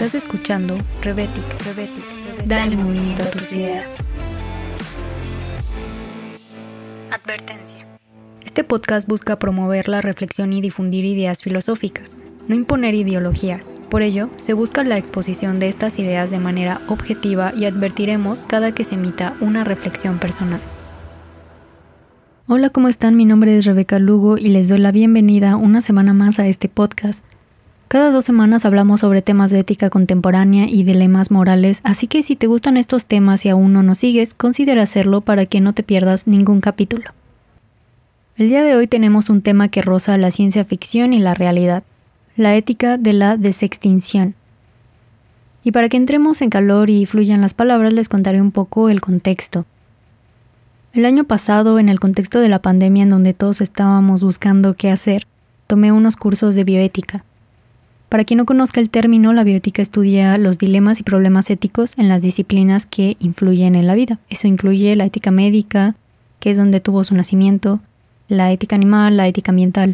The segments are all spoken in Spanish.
Estás escuchando Rebetic. Dale movimiento a tus ideas. Advertencia. Este podcast busca promover la reflexión y difundir ideas filosóficas, no imponer ideologías. Por ello, se busca la exposición de estas ideas de manera objetiva y advertiremos cada que se emita una reflexión personal. Hola, ¿cómo están? Mi nombre es Rebeca Lugo y les doy la bienvenida una semana más a este podcast. Cada 2 semanas hablamos sobre temas de ética contemporánea y dilemas morales, así que si te gustan estos temas y aún no nos sigues, considera hacerlo para que no te pierdas ningún capítulo. El día de hoy tenemos un tema que roza la ciencia ficción y la realidad, la ética de la desextinción. Y para que entremos en calor y fluyan las palabras, les contaré un poco el contexto. El año pasado, en el contexto de la pandemia en donde todos estábamos buscando qué hacer, tomé unos cursos de bioética. Para quien no conozca el término, la bioética estudia los dilemas y problemas éticos en las disciplinas que influyen en la vida. Eso incluye la ética médica, que es donde tuvo su nacimiento, la ética animal, la ética ambiental.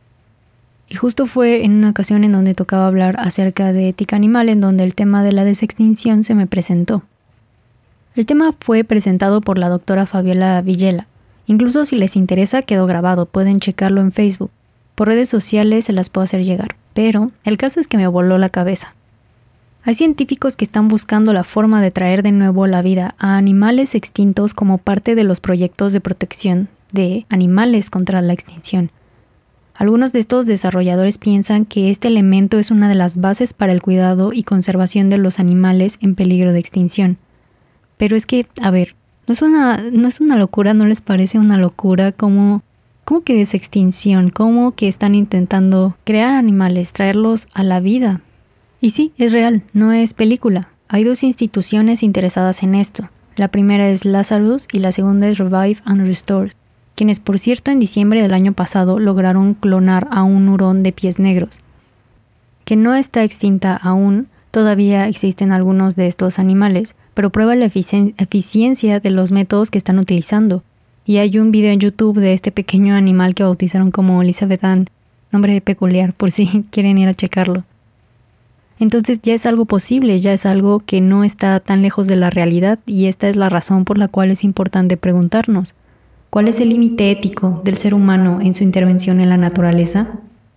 Y justo fue en una ocasión en donde tocaba hablar acerca de ética animal, en donde el tema de la desextinción se me presentó. El tema fue presentado por la doctora Fabiola Villela. Incluso si les interesa, quedó grabado, pueden checarlo en Facebook. Por redes sociales se las puedo hacer llegar, pero el caso es que me voló la cabeza. Hay científicos que están buscando la forma de traer de nuevo la vida a animales extintos como parte de los proyectos de protección de animales contra la extinción. Algunos de estos desarrolladores piensan que este elemento es una de las bases para el cuidado y conservación de los animales en peligro de extinción. Pero es que, no es una locura, ¿no les parece una locura ¿Cómo que desextinción? ¿Cómo que están intentando crear animales, traerlos a la vida? Y sí, es real, no es película. Hay 2 instituciones interesadas en esto. La primera es Lazarus y la segunda es Revive and Restore, quienes por cierto en diciembre del año pasado lograron clonar a un hurón de pies negros. Que no está extinta aún, todavía existen algunos de estos animales, pero prueba la eficiencia de los métodos que están utilizando. Y hay un video en YouTube de este pequeño animal que bautizaron como Elizabeth Ann, nombre peculiar por si quieren ir a checarlo. Entonces ya es algo posible, ya es algo que no está tan lejos de la realidad y esta es la razón por la cual es importante preguntarnos, ¿cuál es el límite ético del ser humano en su intervención en la naturaleza?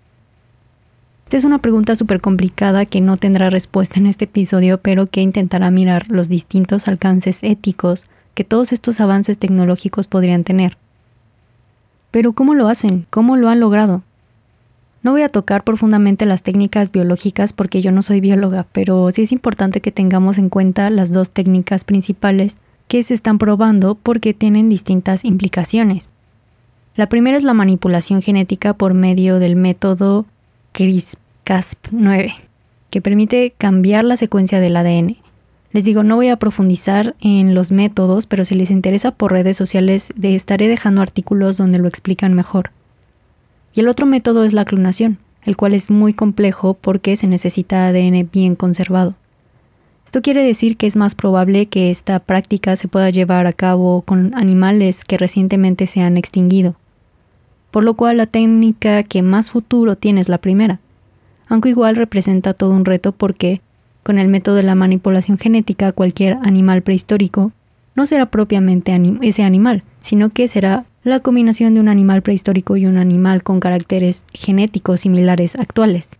Esta es una pregunta súper complicada que no tendrá respuesta en este episodio, pero que intentará mirar los distintos alcances éticos que todos estos avances tecnológicos podrían tener. Pero ¿cómo lo hacen? ¿Cómo lo han logrado? No voy a tocar profundamente las técnicas biológicas porque yo no soy bióloga, pero sí es importante que tengamos en cuenta las 2 técnicas principales que se están probando porque tienen distintas implicaciones. La primera es la manipulación genética por medio del método CRISPR-Cas9, que permite cambiar la secuencia del ADN. Les digo, no voy a profundizar en los métodos, pero si les interesa por redes sociales estaré dejando artículos donde lo explican mejor. Y el otro método es la clonación, el cual es muy complejo porque se necesita ADN bien conservado. Esto quiere decir que es más probable que esta práctica se pueda llevar a cabo con animales que recientemente se han extinguido. Por lo cual la técnica que más futuro tiene es la primera, aunque igual representa todo un reto porque con el método de la manipulación genética, cualquier animal prehistórico no será propiamente ese animal, sino que será la combinación de un animal prehistórico y un animal con caracteres genéticos similares actuales.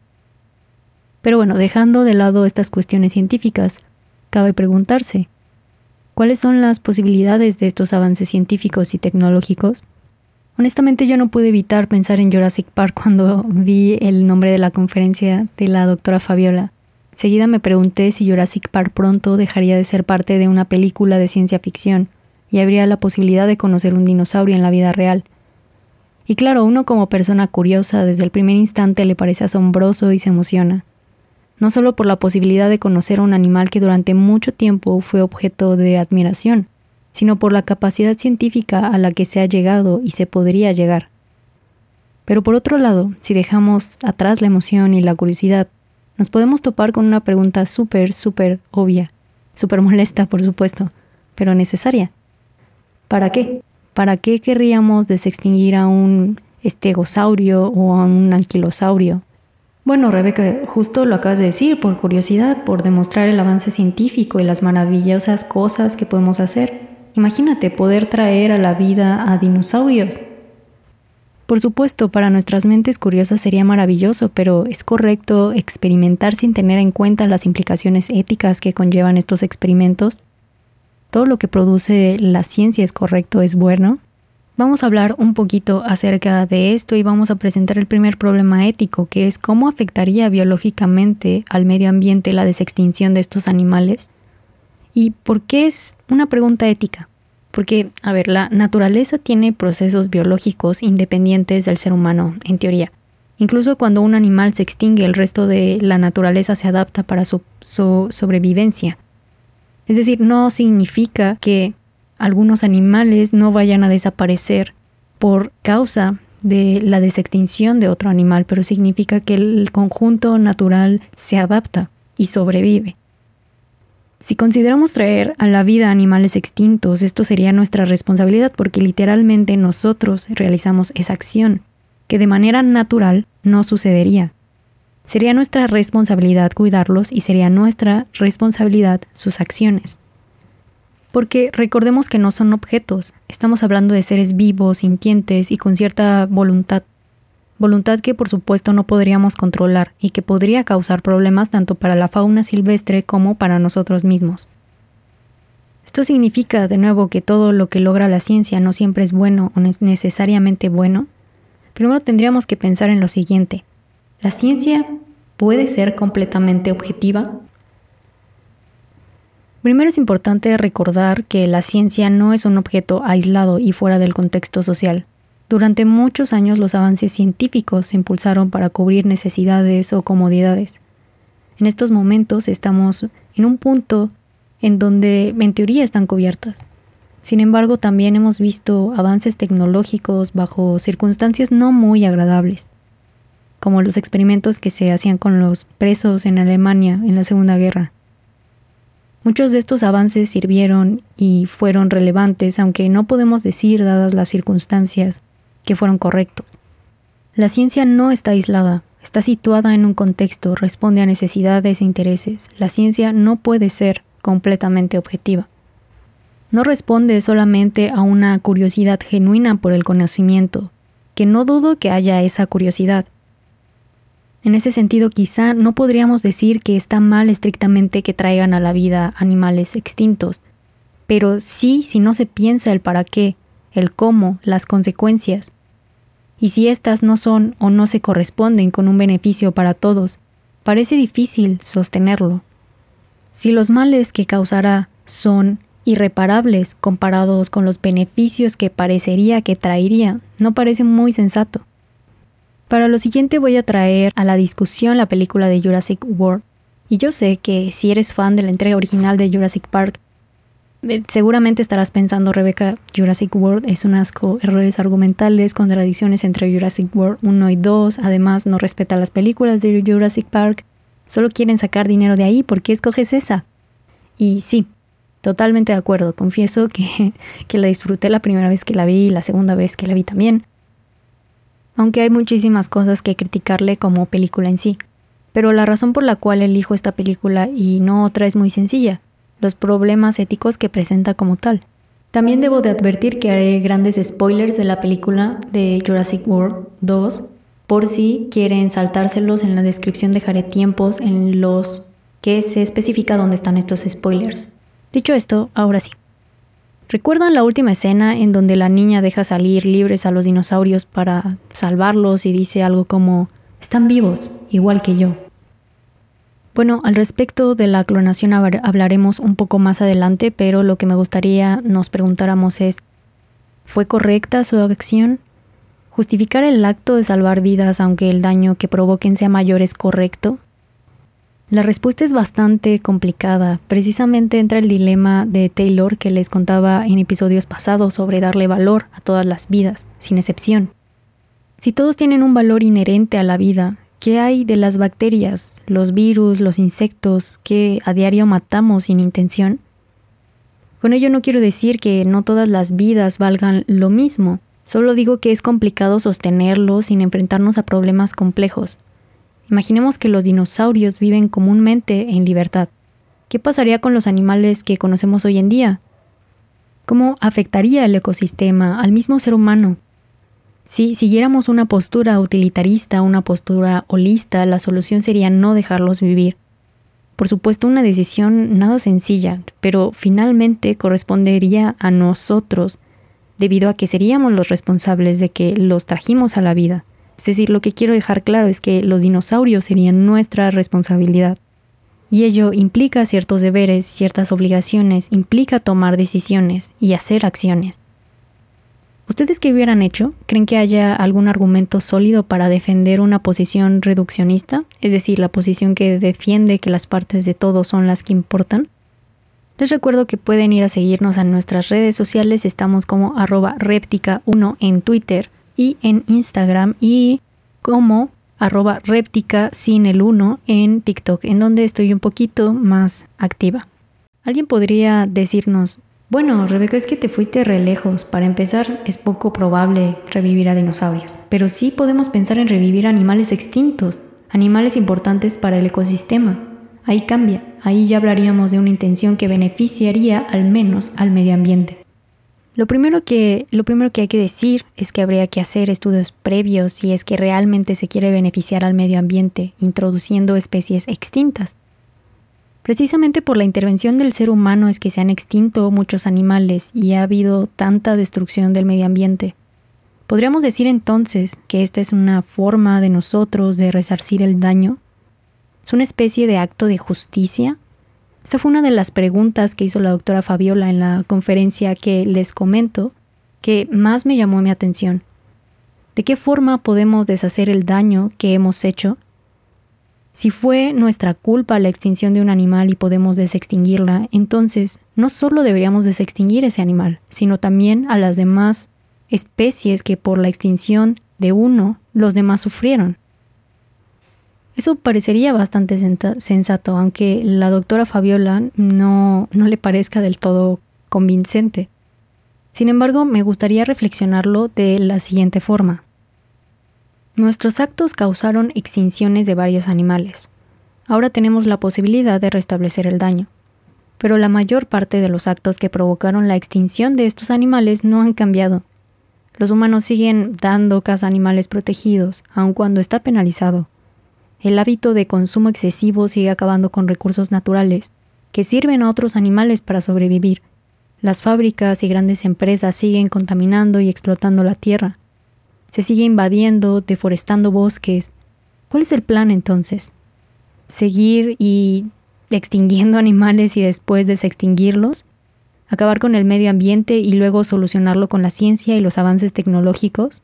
Pero bueno, dejando de lado estas cuestiones científicas, cabe preguntarse, ¿cuáles son las posibilidades de estos avances científicos y tecnológicos? Honestamente yo no pude evitar pensar en Jurassic Park cuando vi el nombre de la conferencia de la doctora Fabiola. Seguida me pregunté si Jurassic Park pronto dejaría de ser parte de una película de ciencia ficción y habría la posibilidad de conocer un dinosaurio en la vida real. Y claro, uno como persona curiosa desde el primer instante le parece asombroso y se emociona. No solo por la posibilidad de conocer a un animal que durante mucho tiempo fue objeto de admiración, sino por la capacidad científica a la que se ha llegado y se podría llegar. Pero por otro lado, si dejamos atrás la emoción y la curiosidad, nos podemos topar con una pregunta súper obvia, súper molesta por supuesto, pero necesaria. ¿Para qué? ¿Para qué querríamos desextinguir a un estegosaurio o a un anquilosaurio? Bueno, Rebeca, justo lo acabas de decir, por curiosidad, por demostrar el avance científico y las maravillosas cosas que podemos hacer. Imagínate poder traer a la vida a dinosaurios. Por supuesto, para nuestras mentes curiosas sería maravilloso, pero ¿es correcto experimentar sin tener en cuenta las implicaciones éticas que conllevan estos experimentos? ¿Todo lo que produce la ciencia es correcto, es bueno? Vamos a hablar un poquito acerca de esto y vamos a presentar el primer problema ético, que es cómo afectaría biológicamente al medio ambiente la desextinción de estos animales. ¿Y por qué es una pregunta ética? Porque, la naturaleza tiene procesos biológicos independientes del ser humano, en teoría. Incluso cuando un animal se extingue, el resto de la naturaleza se adapta para su sobrevivencia. Es decir, no significa que algunos animales no vayan a desaparecer por causa de la desextinción de otro animal, pero significa que el conjunto natural se adapta y sobrevive. Si consideramos traer a la vida animales extintos, esto sería nuestra responsabilidad porque literalmente nosotros realizamos esa acción, que de manera natural no sucedería. Sería nuestra responsabilidad cuidarlos y sería nuestra responsabilidad sus acciones. Porque recordemos que no son objetos, estamos hablando de seres vivos, sintientes y con cierta voluntad. Voluntad que por supuesto no podríamos controlar y que podría causar problemas tanto para la fauna silvestre como para nosotros mismos. Esto significa, de nuevo, que todo lo que logra la ciencia no siempre es bueno o necesariamente bueno. Primero tendríamos que pensar en lo siguiente. ¿La ciencia puede ser completamente objetiva? Primero es importante recordar que la ciencia no es un objeto aislado y fuera del contexto social. Durante muchos años los avances científicos se impulsaron para cubrir necesidades o comodidades. En estos momentos estamos en un punto en donde en teoría están cubiertas. Sin embargo, también hemos visto avances tecnológicos bajo circunstancias no muy agradables, como los experimentos que se hacían con los presos en Alemania en la Segunda Guerra. Muchos de estos avances sirvieron y fueron relevantes, aunque no podemos decir, dadas las circunstancias, que fueron correctos. La ciencia no está aislada, está situada en un contexto, responde a necesidades e intereses. La ciencia no puede ser completamente objetiva. No responde solamente a una curiosidad genuina por el conocimiento, que no dudo que haya esa curiosidad. En ese sentido, quizá no podríamos decir que está mal estrictamente que traigan a la vida animales extintos, pero sí si no se piensa el para qué, el cómo, las consecuencias. Y si éstas no son o no se corresponden con un beneficio para todos, parece difícil sostenerlo. Si los males que causará son irreparables comparados con los beneficios que parecería que traería, no parece muy sensato. Para lo siguiente voy a traer a la discusión la película de Jurassic World. Y yo sé que si eres fan de la entrega original de Jurassic Park, seguramente estarás pensando, Rebeca, Jurassic World es un asco, errores argumentales, contradicciones entre Jurassic World 1 y 2, además no respeta las películas de Jurassic Park, solo quieren sacar dinero de ahí, ¿por qué escoges esa? Y sí, totalmente de acuerdo, confieso que la disfruté la primera vez que la vi y la segunda vez que la vi también. Aunque hay muchísimas cosas que criticarle como película en sí. Pero la razón por la cual elijo esta película y no otra es muy sencilla, los problemas éticos que presenta como tal. También debo de advertir que haré grandes spoilers de la película de Jurassic World 2, por si quieren saltárselos. En la descripción dejaré tiempos en los que se especifica dónde están estos spoilers. Dicho esto, ahora sí. ¿Recuerdan la última escena en donde la niña deja salir libres a los dinosaurios para salvarlos y dice algo como «Están vivos, igual que yo»? Bueno, al respecto de la clonación hablaremos un poco más adelante, pero lo que me gustaría nos preguntáramos es ¿fue correcta su acción? ¿Justificar el acto de salvar vidas aunque el daño que provoquen sea mayor es correcto? La respuesta es bastante complicada. Precisamente entra el dilema de Taylor que les contaba en episodios pasados sobre darle valor a todas las vidas, sin excepción. Si todos tienen un valor inherente a la vida, ¿qué hay de las bacterias, los virus, los insectos que a diario matamos sin intención? Con ello no quiero decir que no todas las vidas valgan lo mismo, solo digo que es complicado sostenerlo sin enfrentarnos a problemas complejos. Imaginemos que los dinosaurios viven comúnmente en libertad. ¿Qué pasaría con los animales que conocemos hoy en día? ¿Cómo afectaría el ecosistema, al mismo ser humano? Si siguiéramos una postura utilitarista, una postura holista, la solución sería no dejarlos vivir. Por supuesto, una decisión nada sencilla, pero finalmente correspondería a nosotros, debido a que seríamos los responsables de que los trajimos a la vida. Es decir, lo que quiero dejar claro es que los dinosaurios serían nuestra responsabilidad. Y ello implica ciertos deberes, ciertas obligaciones, implica tomar decisiones y hacer acciones. ¿Ustedes qué hubieran hecho? ¿Creen que haya algún argumento sólido para defender una posición reduccionista? Es decir, la posición que defiende que las partes de todo son las que importan. Les recuerdo que pueden ir a seguirnos a nuestras redes sociales. Estamos como @reptica1 en Twitter y en Instagram y como @reptica sin el 1 en TikTok, en donde estoy un poquito más activa. Alguien podría decirnos, bueno, Rebeca, es que te fuiste re lejos. Para empezar, es poco probable revivir a dinosaurios, pero sí podemos pensar en revivir animales extintos, animales importantes para el ecosistema. Ahí cambia, ahí ya hablaríamos de una intención que beneficiaría al menos al medio ambiente. Lo primero que hay que decir es que habría que hacer estudios previos si es que realmente se quiere beneficiar al medio ambiente, introduciendo especies extintas. Precisamente por la intervención del ser humano es que se han extinto muchos animales y ha habido tanta destrucción del medio ambiente. ¿Podríamos decir entonces que esta es una forma de nosotros de resarcir el daño? ¿Es una especie de acto de justicia? Esta fue una de las preguntas que hizo la doctora Fabiola en la conferencia que les comento, que más me llamó mi atención. ¿De qué forma podemos deshacer el daño que hemos hecho? Si fue nuestra culpa la extinción de un animal y podemos desextinguirla, entonces no solo deberíamos desextinguir ese animal, sino también a las demás especies que por la extinción de uno, los demás sufrieron. Eso parecería bastante sensato, aunque la doctora Fabiola no le parezca del todo convincente. Sin embargo, me gustaría reflexionarlo de la siguiente forma. Nuestros actos causaron extinciones de varios animales. Ahora tenemos la posibilidad de restablecer el daño. Pero la mayor parte de los actos que provocaron la extinción de estos animales no han cambiado. Los humanos siguen dando caza a animales protegidos, aun cuando está penalizado. El hábito de consumo excesivo sigue acabando con recursos naturales que sirven a otros animales para sobrevivir. Las fábricas y grandes empresas siguen contaminando y explotando la tierra. Se sigue invadiendo, deforestando bosques. ¿Cuál es el plan entonces? ¿Seguir y extinguiendo animales y después desextinguirlos? ¿Acabar con el medio ambiente y luego solucionarlo con la ciencia y los avances tecnológicos?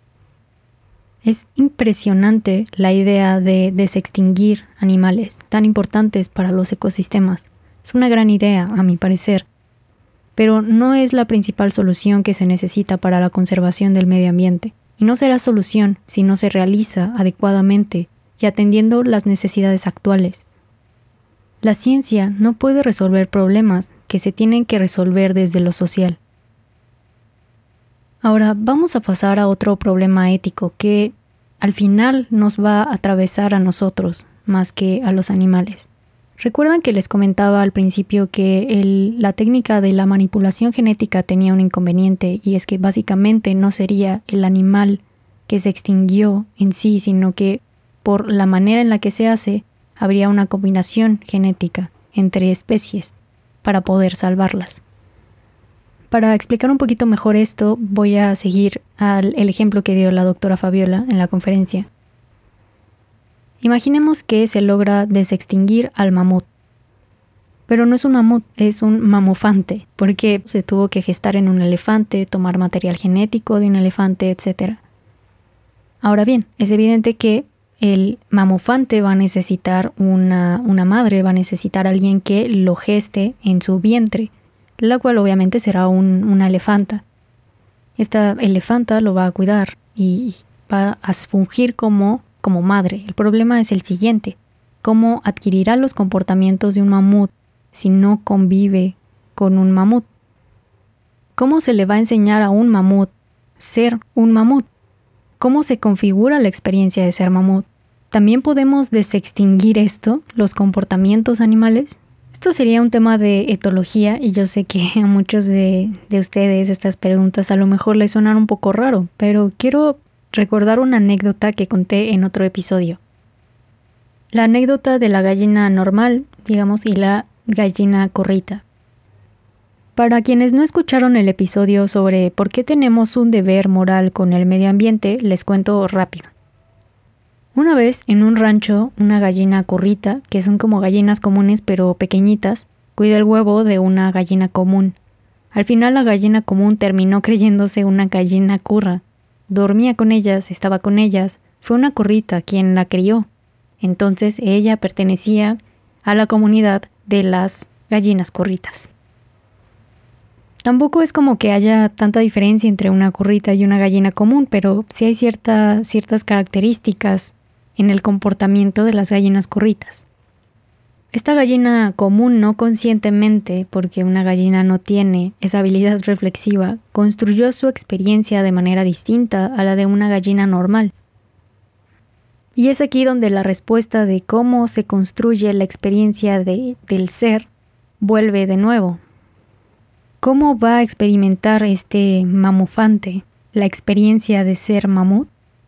Es impresionante la idea de desextinguir animales tan importantes para los ecosistemas. Es una gran idea, a mi parecer, pero no es la principal solución que se necesita para la conservación del medio ambiente, y no será solución si no se realiza adecuadamente y atendiendo las necesidades actuales. La ciencia no puede resolver problemas que se tienen que resolver desde lo social. Ahora vamos a pasar a otro problema ético que al final nos va a atravesar a nosotros más que a los animales. ¿Recuerdan que les comentaba al principio que la técnica de la manipulación genética tenía un inconveniente y es que básicamente no sería el animal que se extinguió en sí, sino que por la manera en la que se hace habría una combinación genética entre especies para poder salvarlas? Para explicar un poquito mejor esto, voy a seguir el ejemplo que dio la doctora Fabiola en la conferencia. Imaginemos que se logra desextinguir al mamut. Pero no es un mamut, es un mamofante, porque se tuvo que gestar en un elefante, tomar material genético de un elefante, etc. Ahora bien, es evidente que el mamofante va a necesitar una madre, va a necesitar a alguien que lo geste en su vientre, la cual obviamente será una elefanta. Esta elefanta lo va a cuidar y va a fungir como madre. El problema es el siguiente: ¿cómo adquirirá los comportamientos de un mamut si no convive con un mamut? ¿Cómo se le va a enseñar a un mamut ser un mamut? ¿Cómo se configura la experiencia de ser mamut? ¿También podemos desextinguir esto, los comportamientos animales? Esto sería un tema de etología y yo sé que a muchos de ustedes estas preguntas a lo mejor les suenan un poco raro, pero quiero recordar una anécdota que conté en otro episodio. La anécdota de la gallina normal, digamos, y la gallina corrita. Para quienes no escucharon el episodio sobre por qué tenemos un deber moral con el medio ambiente, les cuento rápido. Una vez, en un rancho, una gallina corrita, que son como gallinas comunes pero pequeñitas, cuida el huevo de una gallina común. Al final la gallina común terminó creyéndose una gallina curra. Dormía con ellas, estaba con ellas, fue una corrita quien la crió. Entonces ella pertenecía a la comunidad de las gallinas corritas. Tampoco es como que haya tanta diferencia entre una corrita y una gallina común, pero sí hay ciertas características en el comportamiento de las gallinas corritas. Esta gallina común no conscientemente, porque una gallina no tiene esa habilidad reflexiva, construyó su experiencia de manera distinta a la de una gallina normal. Y es aquí donde la respuesta de cómo se construye la experiencia del ser vuelve de nuevo. ¿Cómo va a experimentar este mamufante la experiencia de ser mamut?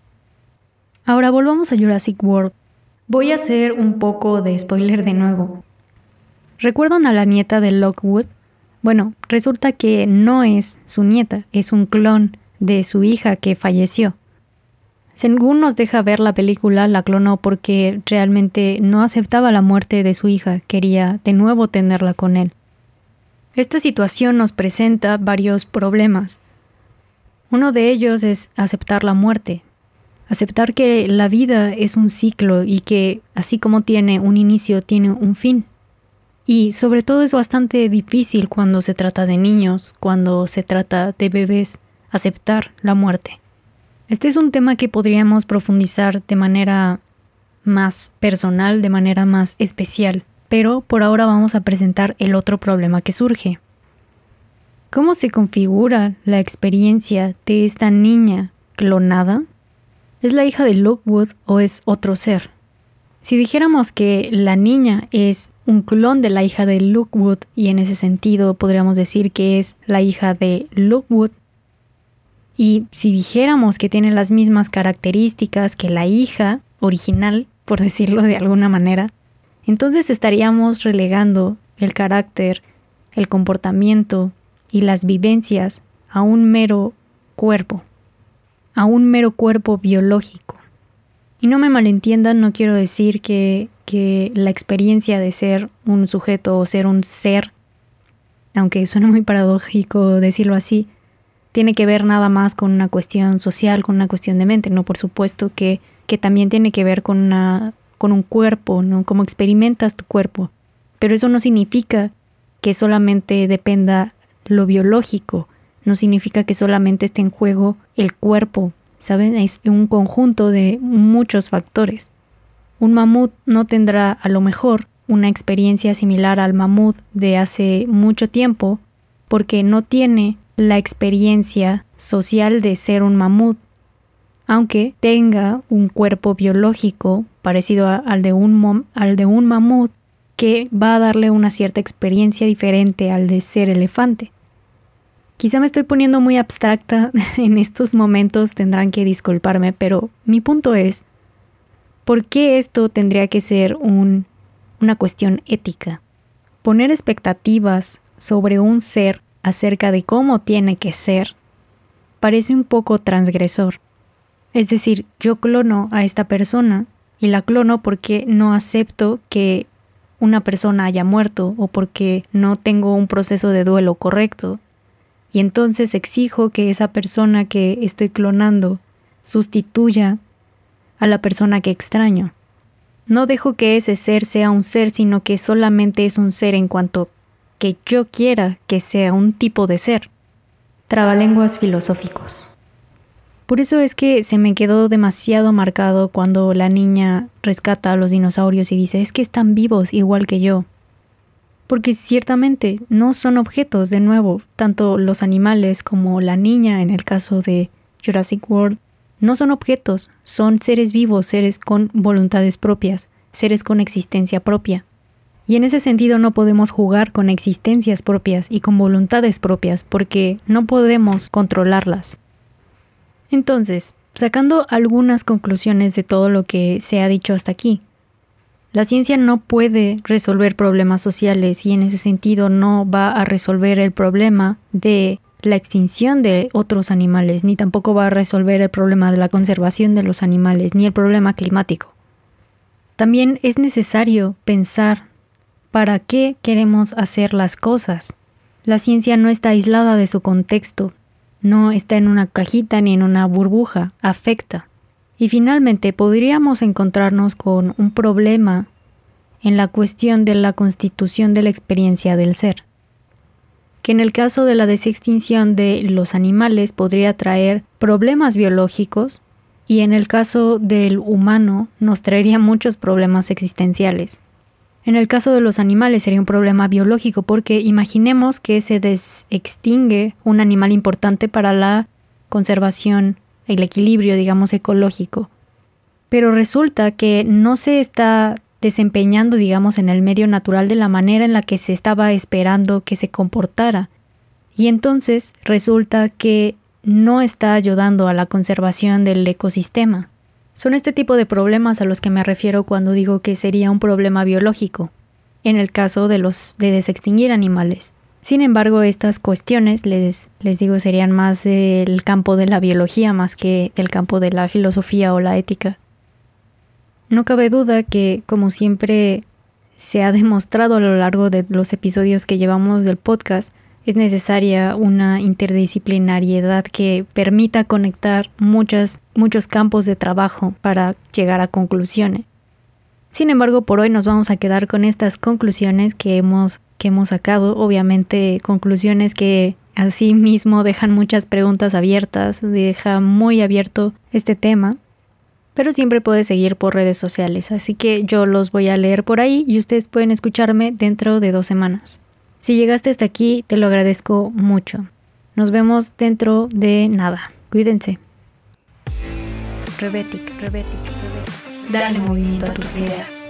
Ahora volvamos a Jurassic World. Voy a hacer un poco de spoiler de nuevo. ¿Recuerdan a la nieta de Lockwood? Bueno, resulta que no es su nieta, es un clon de su hija que falleció. Según nos deja ver la película, la clonó porque realmente no aceptaba la muerte de su hija, quería de nuevo tenerla con él. Esta situación nos presenta varios problemas. Uno de ellos es aceptar la muerte. Aceptar que la vida es un ciclo y que, así como tiene un inicio, tiene un fin. Y sobre todo es bastante difícil cuando se trata de niños, cuando se trata de bebés, aceptar la muerte. Este es un tema que podríamos profundizar de manera más personal, de manera más especial. Pero por ahora vamos a presentar el otro problema que surge. ¿Cómo se configura la experiencia de esta niña clonada? ¿Es la hija de Lockwood o es otro ser? Si dijéramos que la niña es un clon de la hija de Lockwood y en ese sentido podríamos decir que es la hija de Lockwood, y si dijéramos que tiene las mismas características que la hija original, por decirlo de alguna manera, entonces estaríamos relegando el carácter, el comportamiento y las vivencias a un mero cuerpo biológico. Y no me malentiendan, no quiero decir que la experiencia de ser un sujeto o ser un ser, aunque suena muy paradójico decirlo así, tiene que ver nada más con una cuestión social, con una cuestión de mente. No, por supuesto que también tiene que ver con un cuerpo, ¿no? Cómo experimentas tu cuerpo. Pero eso no significa que solamente dependa lo biológico, no significa que solamente esté en juego el cuerpo, ¿saben? Es un conjunto de muchos factores. Un mamut no tendrá a lo mejor una experiencia similar al mamut de hace mucho tiempo porque no tiene la experiencia social de ser un mamut, aunque tenga un cuerpo biológico parecido al de un mamut, que va a darle una cierta experiencia diferente al de ser elefante. Quizá me estoy poniendo muy abstracta en estos momentos, tendrán que disculparme, pero mi punto es, ¿por qué esto tendría que ser una cuestión ética? Poner expectativas sobre un ser acerca de cómo tiene que ser parece un poco transgresor. Es decir, yo clono a esta persona y la clono porque no acepto que una persona haya muerto o porque no tengo un proceso de duelo correcto. Y entonces exijo que esa persona que estoy clonando sustituya a la persona que extraño. No dejo que ese ser sea un ser, sino que solamente es un ser en cuanto que yo quiera que sea un tipo de ser. Trabalenguas filosóficos. Por eso es que se me quedó demasiado marcado cuando la niña rescata a los dinosaurios y dice, es que están vivos igual que yo. Porque ciertamente no son objetos, de nuevo, tanto los animales como la niña en el caso de Jurassic World, No son objetos, son seres vivos, seres con voluntades propias, seres con existencia propia. Y en ese sentido no podemos jugar con existencias propias y con voluntades propias porque no podemos controlarlas. Entonces, sacando algunas conclusiones de todo lo que se ha dicho hasta aquí, la ciencia no puede resolver problemas sociales y en ese sentido no va a resolver el problema de la extinción de otros animales, ni tampoco va a resolver el problema de la conservación de los animales, ni el problema climático. También es necesario pensar para qué queremos hacer las cosas. La ciencia no está aislada de su contexto, no está en una cajita ni en una burbuja, afecta. Y finalmente podríamos encontrarnos con un problema en la cuestión de la constitución de la experiencia del ser, que en el caso de la desextinción de los animales podría traer problemas biológicos y en el caso del humano nos traería muchos problemas existenciales. En el caso de los animales sería un problema biológico porque imaginemos que se desextingue un animal importante para la conservación, el equilibrio, digamos, ecológico. Pero resulta que no se está desempeñando, digamos, en el medio natural de la manera en la que se estaba esperando que se comportara. Y entonces resulta que no está ayudando a la conservación del ecosistema. Son este tipo de problemas a los que me refiero cuando digo que sería un problema biológico, en el caso de desextinguir animales. Sin embargo, estas cuestiones, les digo, serían más del campo de la biología más que del campo de la filosofía o la ética. No cabe duda que, como siempre se ha demostrado a lo largo de los episodios que llevamos del podcast, es necesaria una interdisciplinariedad que permita conectar muchos campos de trabajo para llegar a conclusiones. Sin embargo, por hoy nos vamos a quedar con estas conclusiones que hemos sacado, obviamente conclusiones que así mismo dejan muchas preguntas abiertas, deja muy abierto este tema, pero siempre puedes seguir por redes sociales, así que yo los voy a leer por ahí y ustedes pueden escucharme dentro de 2 semanas. Si llegaste hasta aquí, te lo agradezco mucho. Nos vemos dentro de nada. Cuídense. Rebetic. Dale movimiento a tus ideas.